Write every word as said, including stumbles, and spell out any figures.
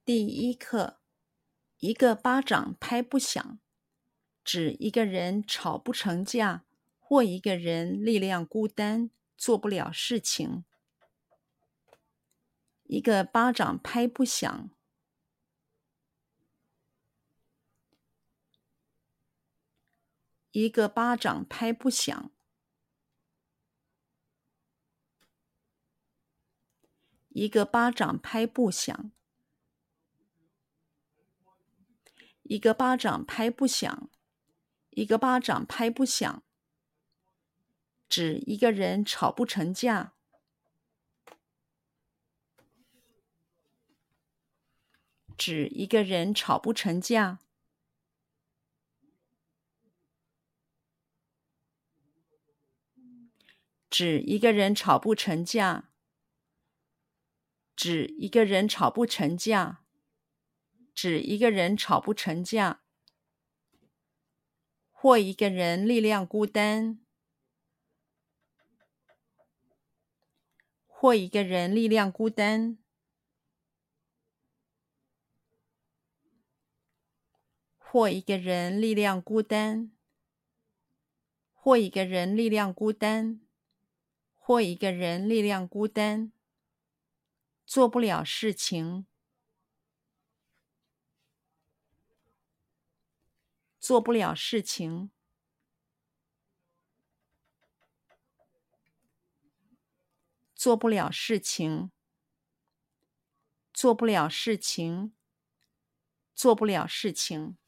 第一课，一个巴掌拍不响，指一个人吵不成架，或一个人力量孤单，做不了事情。一个巴掌拍不响，一个巴掌拍不响，一个巴掌拍不响，一个巴掌拍不响，一个巴掌拍不响，指一个人吵不成架，指一个人吵不成架，指一个人吵不成架，指一个人吵不成架，指一个人吵不成架，或一个人力量孤单，或一个人力量孤单，或一个人力量孤单，或一个人力量孤单，或一个人力量孤单，做不了事情，做不了事情，做不了事情，做不了事情，做不了事情。